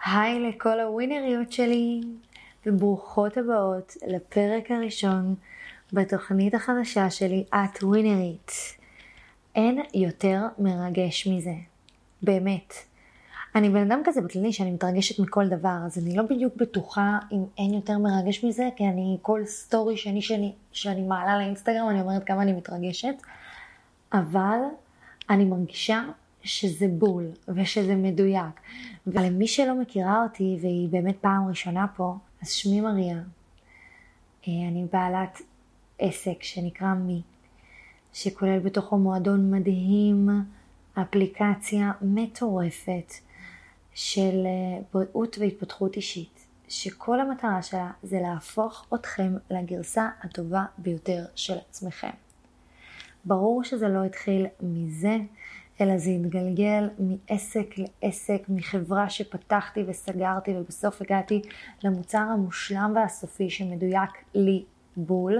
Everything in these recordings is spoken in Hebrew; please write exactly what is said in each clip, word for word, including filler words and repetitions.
היי לכל הווינריות שלי, וברוכות הבאות לפרק הראשון בתוכנית החדשה שלי, את ווינרית. אין יותר מרגש מזה, באמת. אני בן אדם כזה בכללי שאני מתרגשת מכל דבר, אז אני לא בדיוק בטוחה אם אין יותר מרגש מזה, כי אני כל סטורי שני שאני, שאני מעלה לאינסטגרם, אני אומרת כמה אני מתרגשת, אבל אני מרגישה שזה בול ושזה מדויק. ולמי שלא מכירה אותי, והיא באמת פעם ראשונה פה, אז שמי מריה. אני בעלת עסק שנקרא מי, שכולל בתוכו מועדון מדהים, אפליקציה מטורפת של בריאות והתפתחות אישית, שכל המטרה שלה זה להפוך אתכם לגרסה הטובה ביותר של עצמכם. ברור שזה לא התחיל מזה, אלא זה התגלגל מעסק לעסק, מחברה שפתחתי וסגרתי, ובסוף הגעתי למוצר המושלם והסופי שמדויק לי בול.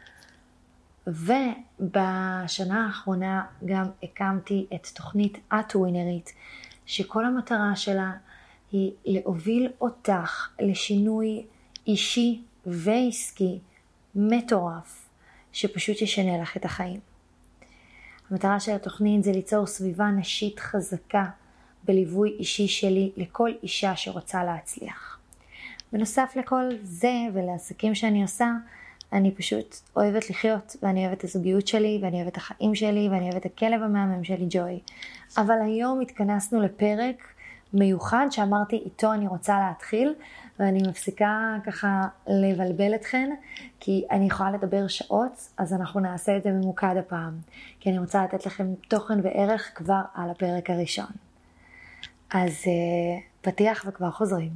ובשנה האחרונה גם הקמתי את תוכנית את ווינרית, שכל המטרה שלה היא להוביל אותך לשינוי אישי ועסקי מטורף, שפשוט ישנה לך את החיים. המטרה של התוכנית זה ליצור סביבה נשית חזקה בליווי אישי שלי לכל אישה שרוצה להצליח. בנוסף לכל זה ולעסקים שאני עושה, אני פשוט אוהבת לחיות, ואני אוהבת את הזוגיות שלי, ואני אוהבת את החיים שלי, ואני אוהבת את הכלב המהמם שלי ג'וי. אבל היום התכנסנו לפרק מיוחד שאמרתי איתו אני רוצה להתחיל, ואני מפסיקה ככה לבלבל אתכן, כי אני יכולה לדבר שעות, אז אנחנו נעשה את זה ממוקד הפעם, כי אני רוצה לתת לכם תוכן וערך כבר על הפרק הראשון. אז uh, פתיח וכבר חוזרים.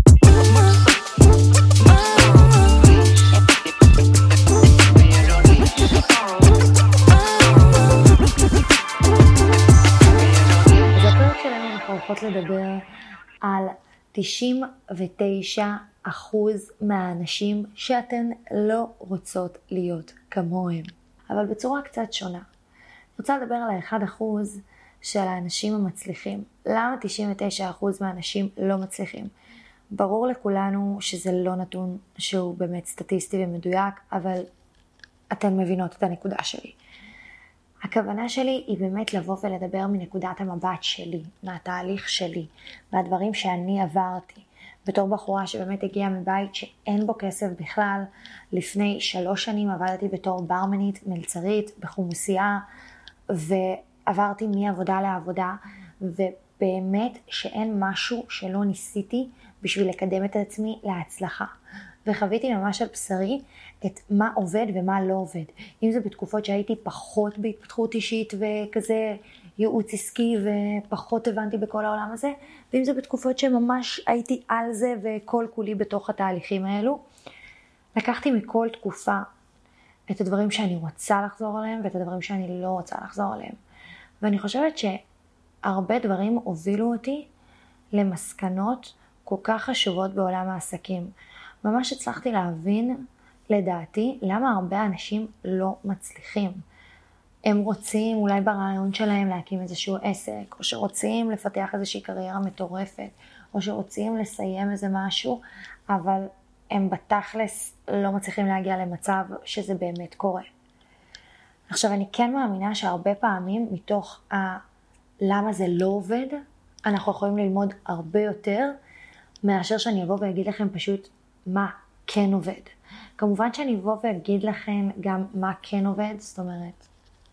אז הפרק שלנו אנחנו הולכות לדבר על תשעים ותשע אחוז מהאנשים שאתן לא רוצות להיות כמוהם, אבל בצורה קצת שונה. אני רוצה לדבר על ה-אחד אחוז של האנשים המצליחים. למה תשעים ותשע אחוז מהאנשים לא מצליחים? ברור לכולנו שזה לא נתון שהוא באמת סטטיסטי ומדויק, אבל אתן מבינות את הנקודה שלי. הכוונה שלי היא באמת לבוא ולדבר מנקודת המבט שלי, מהתהליך שלי, מהדברים שאני עברתי. בתור בחורה שבאמת הגיעה מבית שאין בו כסף בכלל, לפני שלוש שנים עבדתי בתור ברמנית, מלצרית, בחומוסייה, ועברתי מעבודה לעבודה, ובאמת שאין משהו שלא ניסיתי בשביל לקדם את עצמי להצלחה. וחוויתי ממש על בשרי את מה עובד ומה לא עובד. אם זה בתקופות שהייתי פחות בהתפתחות אישית וכזה ייעוץ עסקי ופחות הבנתי בכל העולם הזה, ואם זה בתקופות שממש הייתי על זה וכל כולי בתוך התהליכים האלו. לקחתי מכל תקופה את הדברים שאני רוצה לחזור עליהם ואת הדברים שאני לא רוצה לחזור עליהם. ואני חושבת שהרבה דברים הובילו אותי למסקנות כל כך חשובות בעולם העסקים. ממש הצלחתי להבין, לדעתי, למה הרבה אנשים לא מצליחים. הם רוצים אולי ברעיון שלהם להקים איזשהו עסק, או שרוצים לפתח איזושהי קריירה מטורפת, או שרוצים לסיים איזה משהו, אבל הם בתכלס לא מצליחים להגיע למצב שזה באמת קורה. עכשיו, אני כן מאמינה שהרבה פעמים מתוך ה... למה זה לא עובד, אנחנו יכולים ללמוד הרבה יותר, מאשר שאני אבוא ואגיד לכם פשוט מה כן עובד. כמובן שאני אבוא ואגיד לכם גם מה כן עובד, זאת אומרת,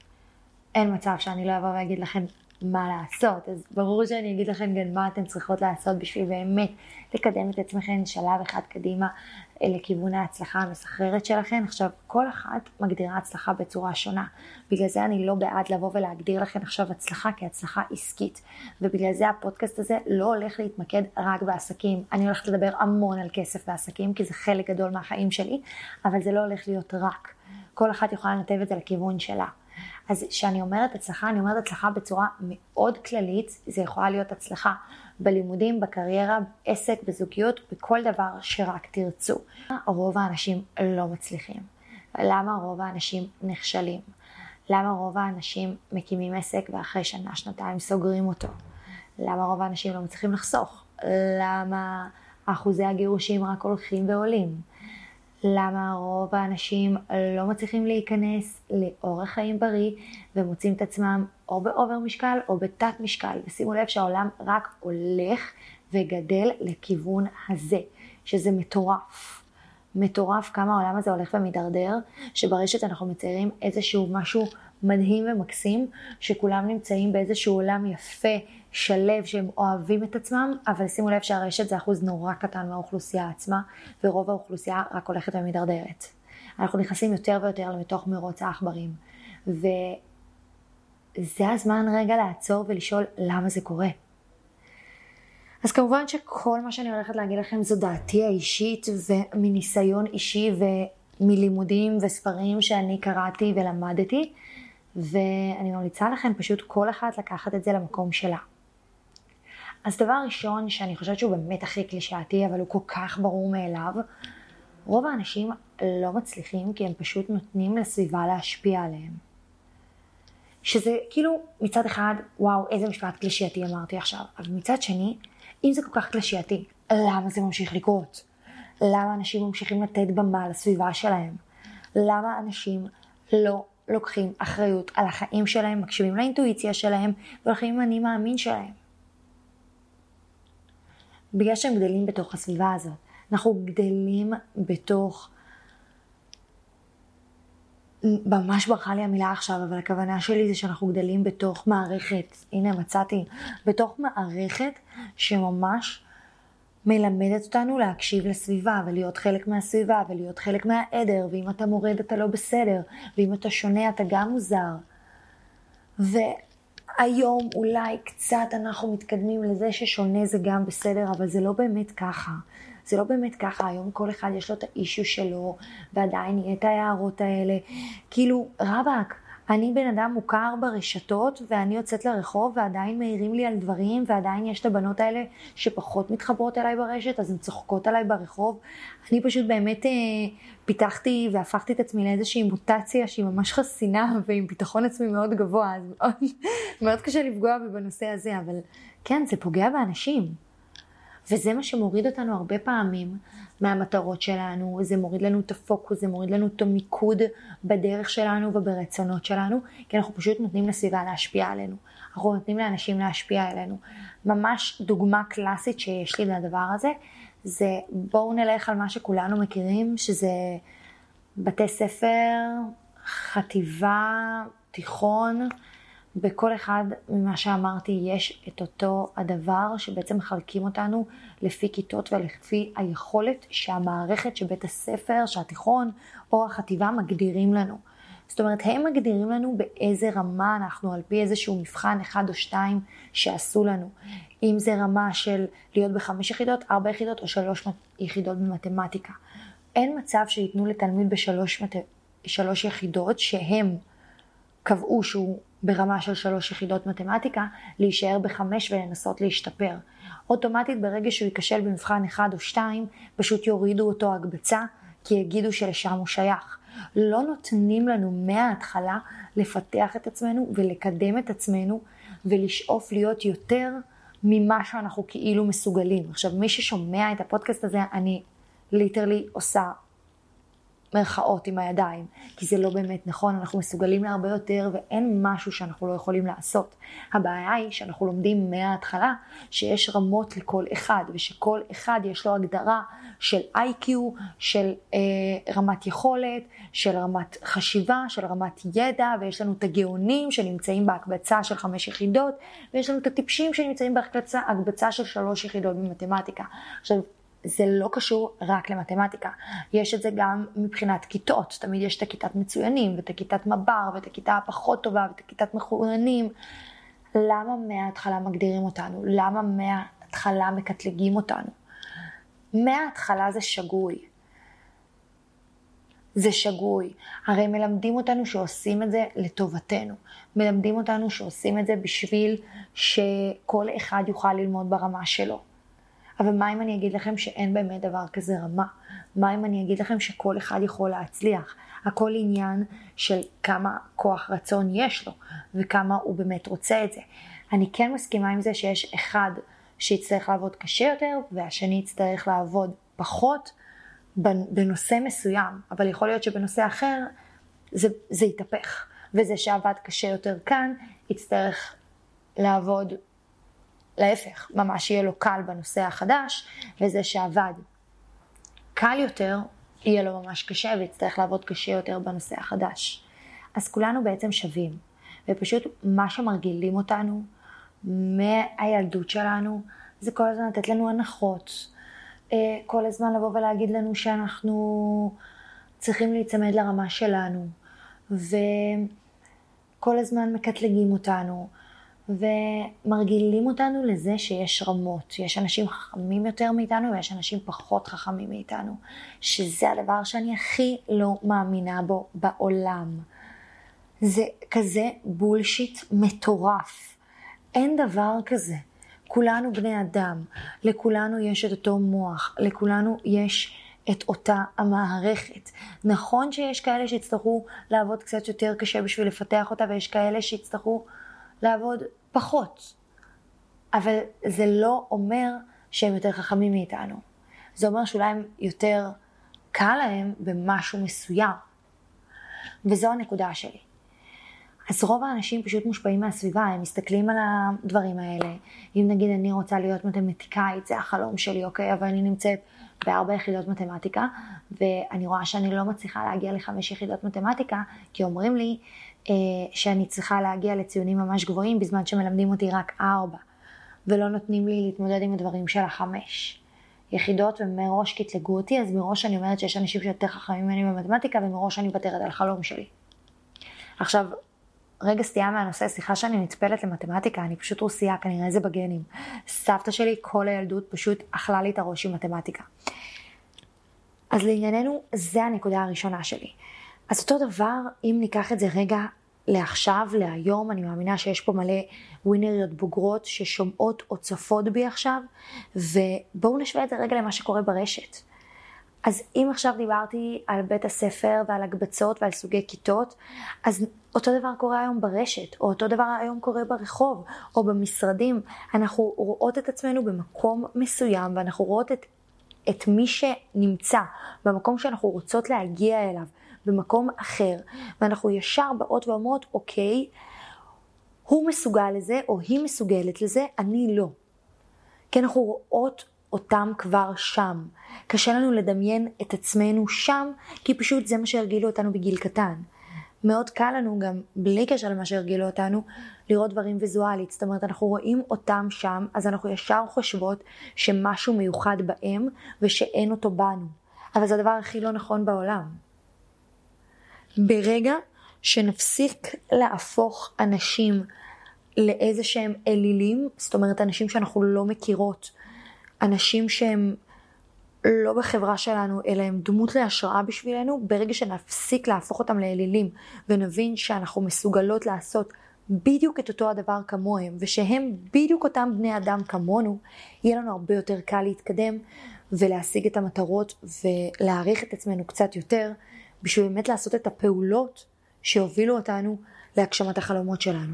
אין מצב שאני לא אבוא ואגיד לכם מה לעשות, אז ברור שאני אגיד לכם גם מה אתן צריכות לעשות בשביל באמת לקדם את עצמכם שלב אחד קדימה לכיוון ההצלחה המסחררת שלכם. עכשיו, כל אחת מגדירה הצלחה בצורה שונה, בגלל זה אני לא בעד לבוא ולהגדיר לכם עכשיו הצלחה כהצלחה עסקית, ובגלל זה הפודקאסט הזה לא הולך להתמקד רק בעסקים. אני הולכת לדבר המון על כסף בעסקים, כי זה חלק גדול מהחיים שלי, אבל זה לא הולך להיות רק. כל אחת יכולה לנתב את זה לכיוון שלה. אז כשאני אומרת הצלחה, אני אומרת הצלחה בצורה מאוד כללית. זה יכולה להיות הצלחה בלימודים, בקריירה, בעסק, בזוגיות, בכל דבר שרק תרצו. רוב האנשים לא מצליחים. למה רוב האנשים נכשלים? למה רוב האנשים מקימים עסק ואחרי שנה, שנתיים סוגרים אותו? למה רוב האנשים לא מצליחים לחסוך? למה אחוזי הגירושים רק הולכים ועולים, למה רוב האנשים לא מצליחים להיכנס לאורח חיים בריא ומוצאים את עצמם או באובר משקל או בתת משקל. ושימו לב שהעולם רק הולך וגדל לכיוון הזה, שזה מטורף. מטורף כמה העולם הזה הולך ומתדרדר, שברשת אנחנו מציירים איזשהו משהו מדהים ומקסים, שכולם נמצאים באיזשהו עולם יפה, שלב, שהם אוהבים את עצמם, אבל שימו לב שהרשת זה אחוז נורא קטן מהאוכלוסייה עצמה, ורוב האוכלוסייה רק הולכת ומתדרדרת. אנחנו נכנסים יותר ויותר לתוך מרוץ העכברים, וזה הזמן רגע לעצור ולשאול למה זה קורה. אז כמובן שכל מה שאני הולכת להגיד לכם זו דעתי האישית ומניסיון אישי ומלימודים וספרים שאני קראתי ולמדתי, ואני ממליצה לכם פשוט כל אחד לקחת את זה למקום שלה. אז דבר ראשון שאני חושבת שהוא באמת הכי קלישאתי, אבל הוא כל כך ברור מאליו, רוב האנשים לא מצליחים כי הם פשוט נותנים לסביבה להשפיע עליהם. שזה כאילו מצד אחד, וואו, איזה משפט קלישאתי אמרתי עכשיו, אבל מצד שני, אם זה כל כך קלישאתי, למה זה ממשיך לקרות? למה אנשים ממשיכים לתת במה לסביבה שלהם? למה אנשים לא לוקחים אחריות על החיים שלהם, מקשיבים לאינטואיציה שלהם, והולכים עם אני מאמין שלהם? בגלל שהם גדלים בתוך הסביבה הזאת. אנחנו גדלים בתוך, ממש ברכה לי המילה עכשיו, אבל הכוונה שלי זה שאנחנו גדלים בתוך מערכת, הנה מצאתי, בתוך מערכת שממש מלמדת אותנו להקשיב לסביבה ולהיות חלק מהסביבה ולהיות חלק מהעדר, ואם אתה מורד אתה לא בסדר, ואם אתה שונה אתה גם מוזר. והיום אולי קצת אנחנו מתקדמים לזה ששונה זה גם בסדר, אבל זה לא באמת ככה. זה לא באמת ככה, היום כל אחד יש לו את האישו שלו, ועדיין יהיה את ההערות האלה. כאילו, רבק, אני בן אדם מוכר ברשתות, ואני יוצאת לרחוב, ועדיין מעירים לי על דברים, ועדיין יש את הבנות האלה שפחות מתחברות אליי ברשת, אז הן צוחקות עליי ברחוב. אני פשוט באמת אה, פיתחתי והפכתי את עצמי לאיזושהי מוטציה שהיא ממש חסינה, ועם ביטחון עצמי מאוד גבוה, אז מאוד, מאוד קשה לפגוע בי בנושא הזה, אבל כן, זה פוגע באנשים. וזה מה שמוריד אותנו הרבה פעמים מהמטרות שלנו, זה מוריד לנו את הפוקוס, זה מוריד לנו את המיקוד בדרך שלנו וברצונות שלנו, כי אנחנו פשוט נותנים לסביבה להשפיע עלינו. אנחנו נותנים לאנשים להשפיע עלינו. ממש דוגמה קלאסית שיש לי לדבר הזה, זה בואו נלך על מה שכולנו מכירים, שזה בתי ספר, חטיבה, תיכון, בכל אחד ממה שאמרתי יש את אותו הדבר שבעצם מחלקים אותנו לפי כיתות ולפי היכולת שהמערכת שבית הספר, שהתיכון או החטיבה מגדירים לנו. זאת אומרת, הם מגדירים לנו באיזה רמה אנחנו, על פי איזשהו מבחן אחד או שתיים שעשו לנו. אם זה רמה של להיות בחמש יחידות, ארבע יחידות או שלוש יחידות במתמטיקה. אין מצב שיתנו לתלמיד בשלוש שלוש יחידות שהם קבעו שהוא ברמה של שלוש יחידות מתמטיקה, להישאר בחמש ולנסות להשתפר. אוטומטית ברגע שהוא ייכשל במבחן אחד או שתיים, פשוט יורידו אותו הגבצה, כי יגידו שלשם הוא שייך. לא נותנים לנו מההתחלה לפתח את עצמנו ולקדם את עצמנו, ולשאוף להיות יותר ממה שאנחנו כאילו מסוגלים. עכשיו, מי ששומע את הפודקאסט הזה, אני ליטרלי עושה מרכאות עם הידיים, כי זה לא באמת נכון, אנחנו מסוגלים להרבה יותר ואין משהו שאנחנו לא יכולים לעשות. הבעיה היא שאנחנו לומדים מההתחלה שיש רמות לכל אחד, ושכל אחד יש לו הגדרה של איי קיו, של אה, רמת יכולת, של רמת חשיבה, של רמת ידע, ויש לנו את הגאונים שנמצאים בהקבצה של חמש יחידות, ויש לנו את הטיפשים שנמצאים בהקבצה של שלוש יחידות במתמטיקה. עכשיו, זה לא קשור רק למתמטיקה, יש את זה גם מבחינת כיתות, תמיד יש את הכיתת מצוינים, ואת הכיתת מב"ר, ואת הכיתה הפחות טובה, ואת הכיתת מחוננים. למה מההתחלה מגדירים אותנו? למה מההתחלה מקטלגים אותנו? מההתחלה זה שגוי. זה שגוי. הרי מלמדים אותנו שעושים את זה לטובתנו. מלמדים אותנו שעושים את זה בשביל שכל אחד יוכל ללמוד ברמה שלו. אבל מה אם אני אגיד לכם שאין באמת דבר כזה רמה? מה אם אני אגיד לכם שכל אחד יכול להצליח? הכל עניין של כמה כוח רצון יש לו, וכמה הוא באמת רוצה את זה. אני כן מסכימה עם זה שיש אחד שיצטרך לעבוד קשה יותר, והשני יצטרך לעבוד פחות בנושא מסוים, אבל יכול להיות שבנושא אחר זה, זה יתהפך, וזה שעבד קשה יותר כאן, יצטרך לעבוד להפך, ממש יהיה לו קל בנושא החדש, וזה שעבד קל יותר, יהיה לו ממש קשה, ויצטרך לעבוד קשה יותר בנושא החדש. אז כולנו בעצם שווים, ופשוט מה שמרגילים אותנו מהילדות שלנו, זה כל הזמן לתת לנו הנחות, כל הזמן לבוא ולהגיד לנו שאנחנו צריכים להיצמד לרמה שלנו, וכל הזמן מקטלגים אותנו, ומרגילים אותנו לזה שיש רמות. יש אנשים חכמים יותר מאיתנו, ויש אנשים פחות חכמים מאיתנו, שזה הדבר שאני הכי לא מאמינה בו בעולם. זה כזה בולשיט מטורף. אין דבר כזה. כולנו בני אדם, לכולנו יש את אותו מוח, לכולנו יש את אותה המערכת. נכון שיש כאלה שיצטרכו לעבוד קצת יותר קשה בשביל לפתח אותה, ויש כאלה שיצטרכו לעבוד פחות. אבל זה לא אומר שהם יותר חכמים מאיתנו. זה אומר שאולי הם יותר קל להם במשהו מסוים. וזו הנקודה שלי. אז רוב האנשים פשוט מושפעים מהסביבה, הם מסתכלים על הדברים האלה. אם נגיד אני רוצה להיות מתמטיקאית, זה החלום שלי, אוקיי? אבל אני נמצאת בארבע יחידות מתמטיקה, ואני רואה שאני לא מצליחה להגיע לחמש יחידות מתמטיקה, כי אומרים לי אה, שאני צריכה להגיע לציונים ממש גבוהים, בזמן שמלמדים אותי רק ארבע, ולא נותנים לי להתמודד עם הדברים של החמש יחידות, ומראש קטלגו אותי, אז מראש אני אומרת שיש אנשים שיותר חכמים ממני במתמטיקה, ומראש אני בטרת על חלום שלי. עכשיו, רגע סטייה מהנושא, סליחה שאני נטפלת למתמטיקה, אני פשוט רוסיה, כנראה זה בגנים. סבתא שלי כל הילדות פשוט אכלה לי את הראש עם מתמטיקה. אז לענייננו, זה הנקודה הראשונה שלי. אז אותו דבר, אם ניקח את זה רגע לעכשיו, להיום, אני מאמינה שיש פה מלא ווינריות בוגרות ששומעות או צופות בי עכשיו, ובואו נשווה את זה רגע למה שקורה ברשת. אז אם עכשיו דיברתי על בית הספר ועל הקבצות ועל סוגי כיתות, אז אותו דבר קורה היום ברשת, או אותו דבר היום קורה ברחוב, או במשרדים. אנחנו רואות את עצמנו במקום מסוים, ואנחנו רואות את, את מי שנמצא במקום שאנחנו רוצות להגיע אליו, במקום אחר, ואנחנו ישר באות ואומרות, אוקיי, הוא מסוגל לזה, או היא מסוגלת לזה, אני לא. כי אנחנו רואות אותם כבר שם. קשה לנו לדמיין את עצמנו שם, כי פשוט זה מה שהרגילו אותנו בגיל קטן. מאוד קל לנו גם, בלי קשר למה שהרגילו אותנו, לראות דברים ויזואלית. זאת אומרת, אנחנו רואים אותם שם, אז אנחנו ישר חושבות שמשהו מיוחד בהם, ושאין אותו בנו. אבל זה הדבר הכי לא נכון בעולם. ברגע שנפסיק להפוך אנשים לאיזה שהם אלילים, זאת אומרת, אנשים שאנחנו לא מכירות, אנשים שהם לא בחברה שלנו, אלא הם דמות להשראה בשבילנו, ברגע שנפסיק להפוך אותם לאלילים, ונבין שאנחנו מסוגלות לעשות בדיוק את אותו הדבר כמוהם, ושהם בדיוק אותם בני אדם כמונו, יהיה לנו הרבה יותר קל להתקדם, ולהשיג את המטרות, ולהעריך את עצמנו קצת יותר, בשביל באמת לעשות את הפעולות שהובילו אותנו להגשמת החלומות שלנו.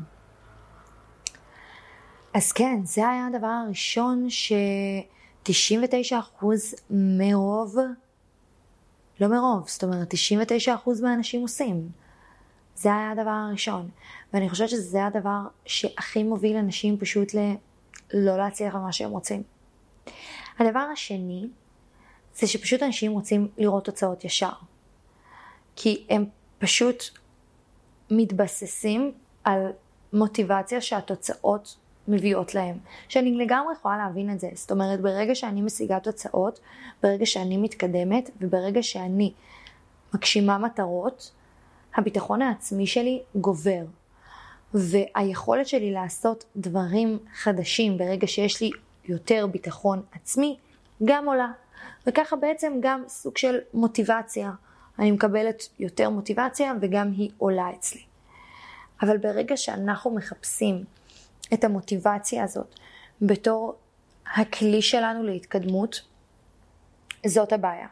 אז כן, זה היה הדבר הראשון ש-תשעים ותשעה אחוז מרוב, לא מרוב, זאת אומרת תשעים ותשעה אחוז מהאנשים עושים. זה היה הדבר הראשון. ואני חושבת שזה הדבר שהכי מוביל אנשים פשוט לא להצליח על מה שהם רוצים. הדבר השני, זה שפשוט אנשים רוצים לראות תוצאות ישר. כי הם פשוט מתבססים על מוטיבציה שהתוצאות מביאות להם. שאני לגמרי יכולה להבין את זה. זאת אומרת, ברגע שאני משיגה תוצאות, ברגע שאני מתקדמת, וברגע שאני מגשימה מטרות, הביטחון העצמי שלי גובר. והיכולת שלי לעשות דברים חדשים, ברגע שיש לי יותר ביטחון עצמי, גם עולה. וככה בעצם גם סוג של מוטיבציה. אני מקבלת יותר מוטיבציה, וגם היא עולה אצלי. אבל ברגע שאנחנו מחפשים את המוטיבציה הזאת בתור הכלי שלנו להתקדמות, זאת הבעיה.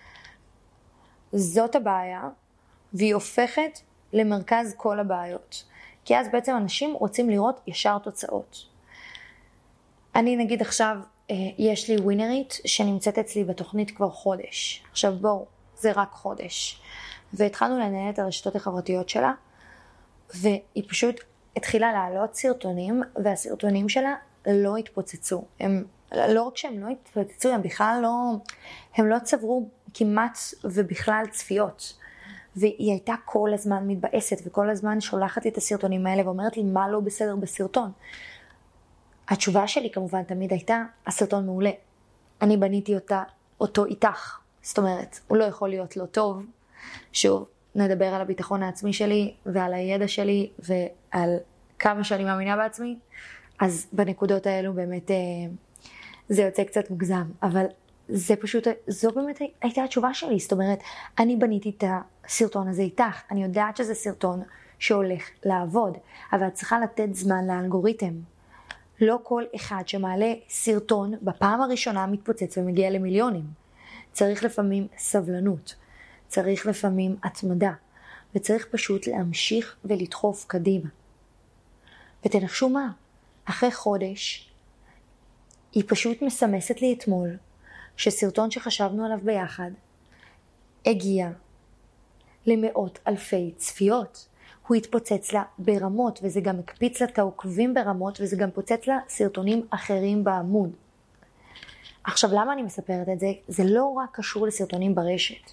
זאת הבעיה, והיא הופכת למרכז כל הבעיות. כי אז בעצם אנשים רוצים לראות ישר תוצאות. אני נגיד עכשיו, יש לי ווינרית שנמצאת אצלי בתוכנית כבר חודש. עכשיו בואו, זה רק חודש. והתחלנו לנהל את הרשתות החברתיות שלה, והיא פשוט התחילה להעלות סרטונים, והסרטונים שלה לא התפוצצו. הם, לא רק שהם לא התפוצצו, הם בכלל לא, הם לא צברו כמעט ובכלל צפיות. והיא הייתה כל הזמן מתבאסת, וכל הזמן שולחת לי את הסרטונים האלה, ואומרת לי מה לא בסדר בסרטון. התשובה שלי כמובן תמיד הייתה, הסרטון מעולה. אני בניתי אותה, אותו איתך. זאת אומרת, הוא לא יכול להיות לא טוב. שוב, נדבר על הביטחון העצמי שלי, ועל הידע שלי, ועל כמה שאני מאמינה בעצמי. אז בנקודות האלו באמת זה יוצא קצת מוגזם. אבל זה פשוט, זו באמת הייתה התשובה שלי. זאת אומרת, אני בניתי את הסרטון הזה איתך. אני יודעת שזה סרטון שהולך לעבוד. אבל את צריכה לתת זמן לאלגוריתם. לא כל אחד שמעלה סרטון בפעם הראשונה מתפוצץ ומגיע למיליונים. צריך לפעמים סבלנות, צריך לפעמים התמדה, וצריך פשוט להמשיך ולדחוף קדימה. ותנחשו מה? אחרי חודש, היא פשוט מסמסת לי אתמול, שסרטון שחשבנו עליו ביחד, הגיע למאות אלפי צפיות. הוא התפוצץ לה ברמות, וזה גם הקפיץ לה את העוקבים ברמות, וזה גם פוצץ לה סרטונים אחרים בעמוד. עכשיו, למה אני מספרת את זה? זה לא רק קשור לסרטונים ברשת.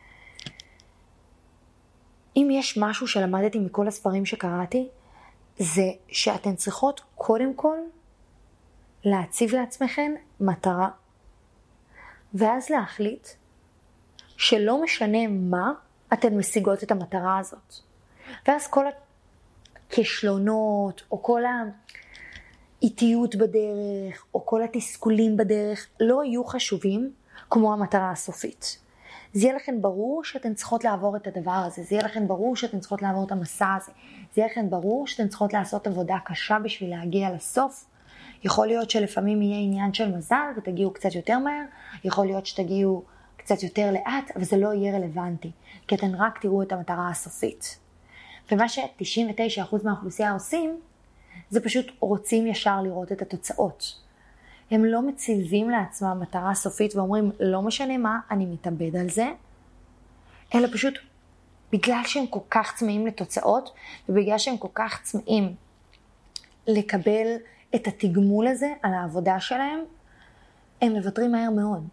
אם יש משהו שלמדתי מכל הספרים שקראתי, זה שאתן צריכות קודם כל להציב לעצמכן מטרה, ואז להחליט שלא משנה מה, אתן משיגות את המטרה הזאת. ואז כל הכישלונות, או כל האיטיות בדרך, או כל התסכולים בדרך, לא יהיו חשובים כמו המטרה הסופית. זה יהיה לכם ברור שאתן צריכות לעבור את הדבר הזה, זה יהיה לכם ברור שאתן צריכות לעבור את המסע הזה, זה יהיה לכם ברור שאתן צריכות לעשות עבודה קשה בשביל להגיע לסוף. יכול להיות שלפעמים יהיה עניין של מזל ותגיעו קצת יותר מהר, יכול להיות שתגיעו קצת יותר לאט, אבל זה לא יהיה רלוונטי, כי אתן רק תראו את המטרה הסופית. ומה ש-תשעים ותשעה אחוז מהאוכלוסייה עושים, זה פשוט רוצים ישר לראות את התוצאות. הם לא מציבים לעצמם מטרה סופית ואומרים, לא משנה מה, אני מתאבד על זה, אלא פשוט בגלל שהם כל כך צמאים לתוצאות, ובגלל שהם כל כך צמאים לקבל את התגמול הזה על העבודה שלהם, הם מוותרים מהר מאוד.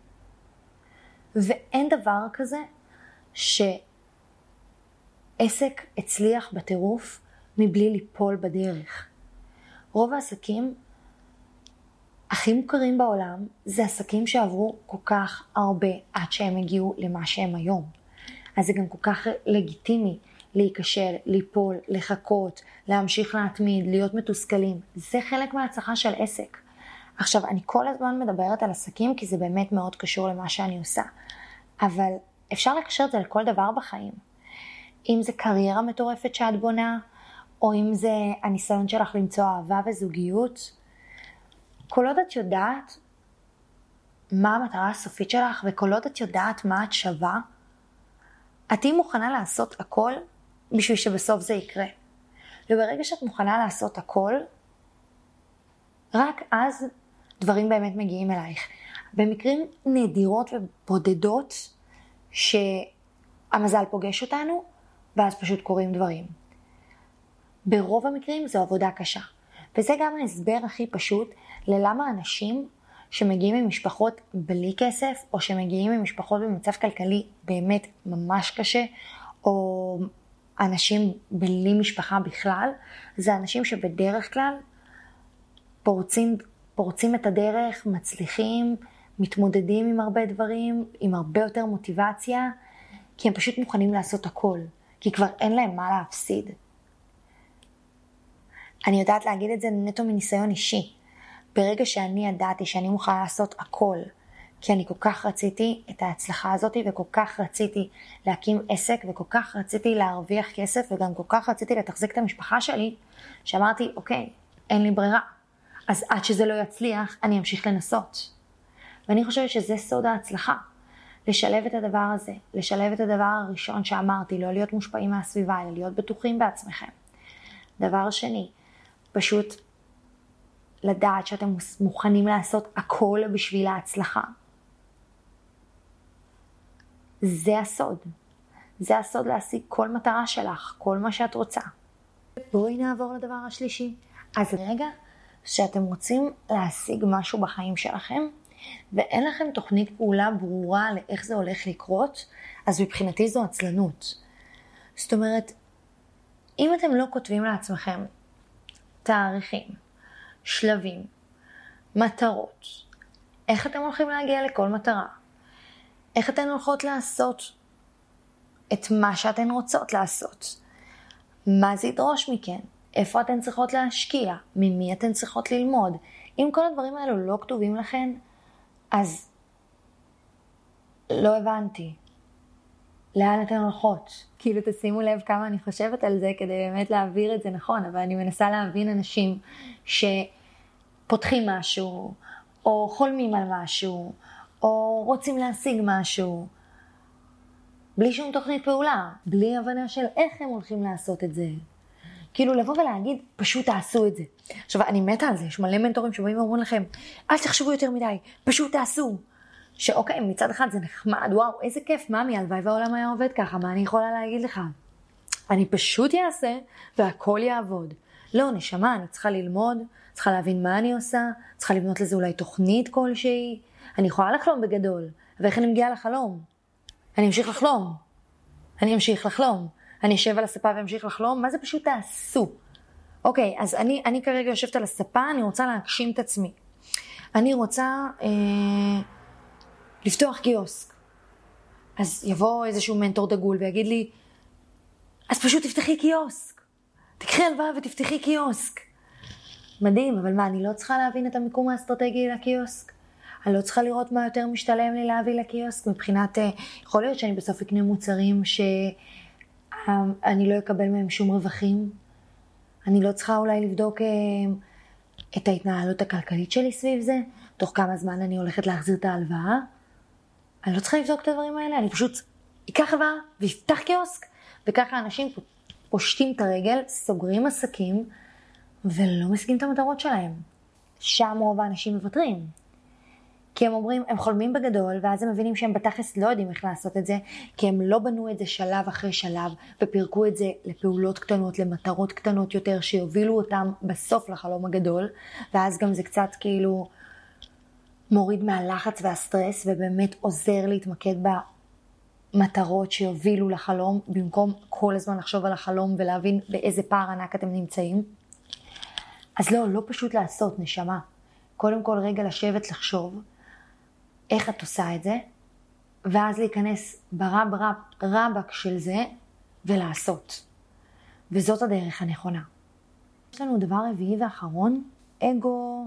ואין דבר כזה שעסק הצליח בטירוף מבלי ליפול בדרך. רוב העסקים הכי מוכרים בעולם זה עסקים שעברו כל כך הרבה עד שהם הגיעו למה שהם היום. אז זה גם כל כך לגיטימי להיכשל, ליפול, לחכות, להמשיך להתמיד, להיות מתוסכלים. זה חלק מההצלחה של עסק. עכשיו, אני כל הזמן מדברת על עסקים כי זה באמת מאוד קשור למה שאני עושה. אבל אפשר לקשר את זה לכל דבר בחיים. אם זה קריירה מטורפת שאת בונה, או אם זה הניסיון שלך למצוא אהבה וזוגיות, כל עוד את יודעת מה המטרה הסופית שלך, וכל עוד את יודעת מה את שווה, את תהיי מוכנה לעשות הכל בשביל שבסוף זה יקרה. וברגע שאת מוכנה לעשות הכל, רק אז דברים באמת מגיעים אלייך. במקרים נדירות ובודדות שהמזל פוגש אותנו, ואז פשוט קורים דברים. ברוב המקרים זו עבודה קשה. וזה גם ההסבר הכי פשוט ללמה אנשים שמגיעים ממשפחות בלי כסף, או שמגיעים ממשפחות במצב כלכלי באמת ממש קשה, או אנשים בלי משפחה בכלל, זה אנשים שבדרך כלל פורצים, פורצים את הדרך, מצליחים, מתמודדים עם הרבה דברים, עם הרבה יותר מוטיבציה, כי הם פשוט מוכנים לעשות הכל, כי כבר אין להם מה להפסיד. אני יודעת להגיד את זה נטו מניסיון אישי. ברגע שאני ידעתי שאני מוכנה לעשות הכל, כי אני כל כך רציתי את ההצלחה הזאת, וכל כך רציתי להקים עסק, וכל כך רציתי להרוויח כסף, וגם כל כך רציתי לתחזק את המשפחה שלי, שאמרתי, אוקיי, אין לי ברירה. אז עד שזה לא יצליח, אני אמשיך לנסות. ואני חושבת שזה סוד ההצלחה. לשלב את הדבר הזה, לשלב את הדבר הראשון שאמרתי, לא להיות מושפעים מהסביבה, אלא להיות בטוחים בעצמכם. דבר שני, פשוט לדעת שאתם מוכנים לעשות הכל בשביל ההצלחה. זה הסוד. זה הסוד להשיג כל מטרה שלך, כל מה שאת רוצה. בואי נעבור לדבר השלישי. אז רגע שאתם רוצים להשיג משהו בחיים שלכם, ואין לכם תוכנית פעולה ברורה לאיך זה הולך לקרות, אז מבחינתי זו עצלנות. זאת אומרת, אם אתם לא כותבים לעצמכם תאריכים, שלבים, מטרות, איך אתם הולכים להגיע לכל מטרה? איך אתן הולכות לעשות את מה שאתן רוצות לעשות? מה זה ידרוש מכן? איפה אתן צריכות להשקיע? ממי אתן צריכות ללמוד? אם כל הדברים האלו לא כתובים לכן, אז לא הבנתי. לאן אתן הולכות? כאילו תשימו לב כמה אני חושבת על זה כדי באמת להעביר את זה נכון, אבל אני מנסה להבין אנשים שפותחים משהו, או חולמים על משהו, או רוצים להשיג משהו, בלי שום תוכנית פעולה, בלי הבנה של איך הם הולכים לעשות את זה. כאילו לבוא ולהגיד, פשוט תעשו את זה. עכשיו, אני מתה על זה, יש מלא מנטורים שבאים ואומרים לכם, אל תחשבו יותר מדי, פשוט תעשו. שאוקיי, מצד אחד זה נחמד, וואו, איזה כיף, מאמי, הלוואי והעולם היה עובד ככה, מה אני יכולה להגיד לך? אני פשוט אעשה, והכל יעבוד. לא, נשמה, אני צריכה ללמוד, צריכה להבין מה אני עושה, צריכה לבנות לזה אולי תוכנית כלשהי. אני יכולה לחלום בגדול, ואיך אני מגיעה לחלום? אני אמשיך לחלום. אני אמשיך לחלום. אני אשב על הספה ואמשיך לחלום. מה זה פשוט תעשו? אוקיי, אז אני, אני כרגע יושבת על הספה, אני רוצה להגשים את עצמי. אני רוצה אה, לפתוח קיוסק. אז יבוא איזשהו מנטור דגול ויגיד לי, אז פשוט תפתחי קיוסק. תקחי הלוואה ותפתחי קיוסק. מדהים, אבל מה, אני לא צריכה להבין את המיקום האסטרטגי לקיוסק? אני לא צריכה לראות מה יותר משתלם לי להביא לקיוסק, מבחינת, יכול להיות שאני בסוף אקנה מוצרים שאני לא אקבל מהם שום רווחים. אני לא צריכה אולי לבדוק את ההתנהלות הכלכלית שלי סביב זה, תוך כמה זמן אני הולכת להחזיר את ההלוואה. אני לא צריכה לבדוק את הדברים האלה, אני פשוט אקח הלוואה ואפתח קיוסק, וככה אנשים פושטים את הרגל, סוגרים עסקים, ולא משיגים את המטרות שלהם. שם רוב האנשים מוותרים. כי הם אומרים, הם חולמים בגדול, ואז הם מבינים שהם בתכלס לא יודעים איך לעשות את זה, כי הם לא בנו את זה שלב אחרי שלב, ופירקו את זה לפעולות קטנות, למטרות קטנות יותר, שיובילו אותם בסוף לחלום הגדול, ואז גם זה קצת כאילו מוריד מהלחץ והסטרס, ובאמת עוזר להתמקד במטרות שיובילו לחלום, במקום כל הזמן לחשוב על החלום, ולהבין באיזה פער ענק אתם נמצאים. אז לא, לא פשוט לעשות, נשמה. קודם כל רגע לשבת לחשוב, איך את עושה את זה, ואז להיכנס ברב רב רבק של זה, ולעשות. וזאת הדרך הנכונה. יש לנו דבר רביעי ואחרון, אגו.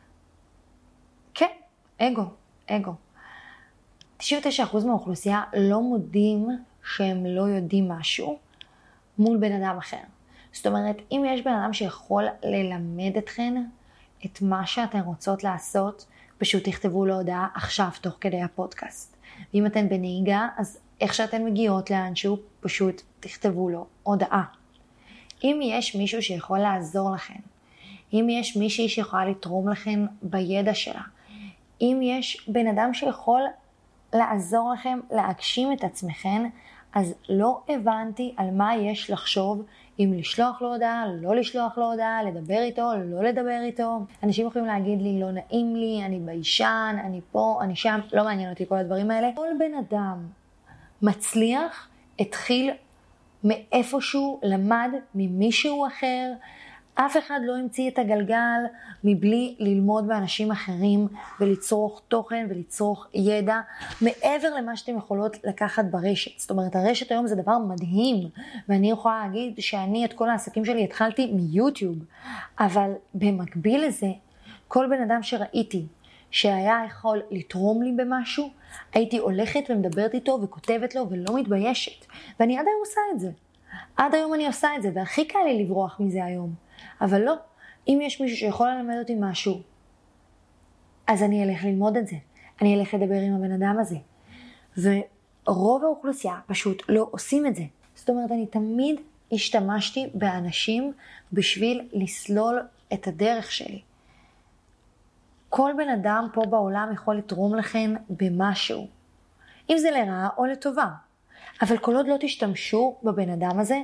כן, אגו, אגו. תשעים ותשעה אחוז מהאוכלוסייה לא מודים שהם לא יודעים משהו מול בן אדם אחר. זאת אומרת, אם יש בן אדם שיכול ללמד אתכן את מה שאתן רוצות לעשות, פשוט תכתבו לו הודעה עכשיו תוך כדי הפודקאסט. ואם אתן בנהיגה, אז איך שאתן מגיעות לאנשהו, פשוט תכתבו לו הודעה. אם יש מישהו שיכול לעזור לכן, אם יש מישהי שיכולה לתרום לכן בידע שלה, אם יש בן אדם שיכול לעזור לכם להגשים את עצמכן, אז לא הבנתי על מה יש לחשוב, אם לשלוח לו הודעה, לא לשלוח לו הודעה, לדבר איתו, לא לדבר איתו. אנשים יכולים להגיד לי, לא נעים לי, אני ביישן, אני פה, אני שם, לא מעניין אותי כל הדברים האלה. כל בן אדם מצליח, התחיל מאיפשהו, למד ממישהו אחר, אף אחד לא המציא את הגלגל מבלי ללמוד באנשים אחרים ולצרוך תוכן ולצרוך ידע מעבר למה שאתם יכולות לקחת ברשת. זאת אומרת, הרשת היום זה דבר מדהים, ואני יכולה להגיד שאני את כל העסקים שלי התחלתי מיוטיוב, אבל במקביל לזה, כל בן אדם שראיתי שהיה יכול לתרום לי במשהו, הייתי הולכת ומדברת איתו וכותבת לו ולא מתביישת. ואני עד היום עושה את זה. עד היום אני עושה את זה, והכי קל לי לברוח מזה היום. אבל לא, אם יש מישהו שיכול ללמד אותי משהו, אז אני אלך ללמוד את זה. אני אלך לדבר עם הבן אדם הזה. ורוב האוכלוסייה פשוט לא עושים את זה. זאת אומרת, אני תמיד השתמשתי באנשים בשביל לסלול את הדרך שלי. כל בן אדם פה בעולם יכול לתרום לכם במשהו. אם זה לרעה או לטובה. אבל כל עוד לא תשתמשו בבן אדם הזה,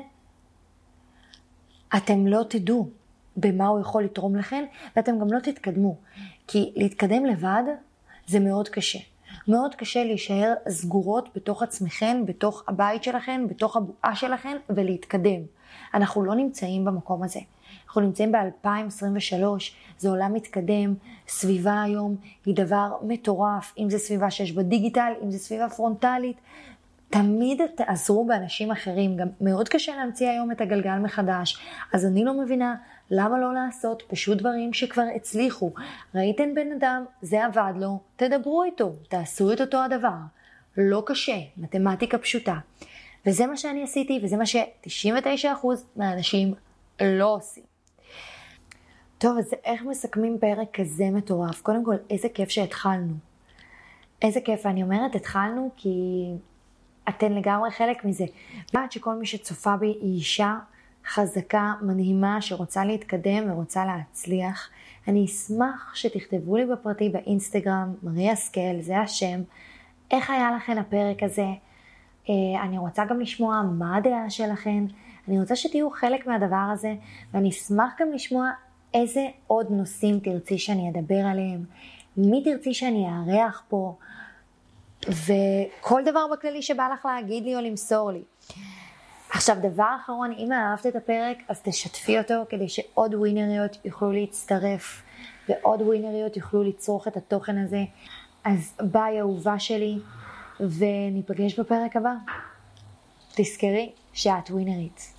אתם לא תדעו במה הוא יכול לתרום לכם, ואתם גם לא תתקדמו. כי להתקדם לבד זה מאוד קשה. מאוד קשה להישאר סגורות בתוך עצמכם, בתוך הבית שלכם, בתוך הבועה שלכם, ולהתקדם. אנחנו לא נמצאים במקום הזה. אנחנו נמצאים ב-אלפיים עשרים ושלוש, זה עולם מתקדם, סביבה היום היא דבר מטורף, אם זה סביבה שיש בדיגיטל, אם זה סביבה פרונטלית, תמיד תעזרו באנשים אחרים, גם מאוד קשה להמציא היום את הגלגל מחדש, אז אני לא מבינה למה לא לעשות פשוט דברים שכבר הצליחו. ראיתם בן אדם, זה עבד לו, תדברו איתו, תעשו את אותו הדבר. לא קשה, מתמטיקה פשוטה. וזה מה שאני עשיתי, וזה מה ש-תשעים ותשעה אחוז מהאנשים לא עושים. טוב, אז איך מסכמים פרק כזה מטורף? קודם כל, איזה כיף שהתחלנו. איזה כיף, ואני אומרת התחלנו כי אתן לגמרי חלק מזה. ועד שכל מי שצופה בי היא אישה חזקה, מדהימה, שרוצה להתקדם ורוצה להצליח. אני אשמח שתכתבו לי בפרטי באינסטגרם, מריה סקל, זה השם. איך היה לכן הפרק הזה? אני רוצה גם לשמוע מה הדעה שלכן. אני רוצה שתהיו חלק מהדבר הזה, ואני אשמח גם לשמוע איזה עוד נושאים תרצי שאני אדבר עליהם, מי תרצי שאני אארח פה, וכל דבר בכללי שבא לך להגיד לי או למסור לי. עכשיו, דבר אחרון, אם אהבת את הפרק, אז תשתפי אותו כדי שעוד ווינריות יוכלו להצטרף, ועוד ווינריות יוכלו לצרוך את התוכן הזה. אז ביי אהובה שלי, וניפגש בפרק הבא. תזכרי שאת ווינרית.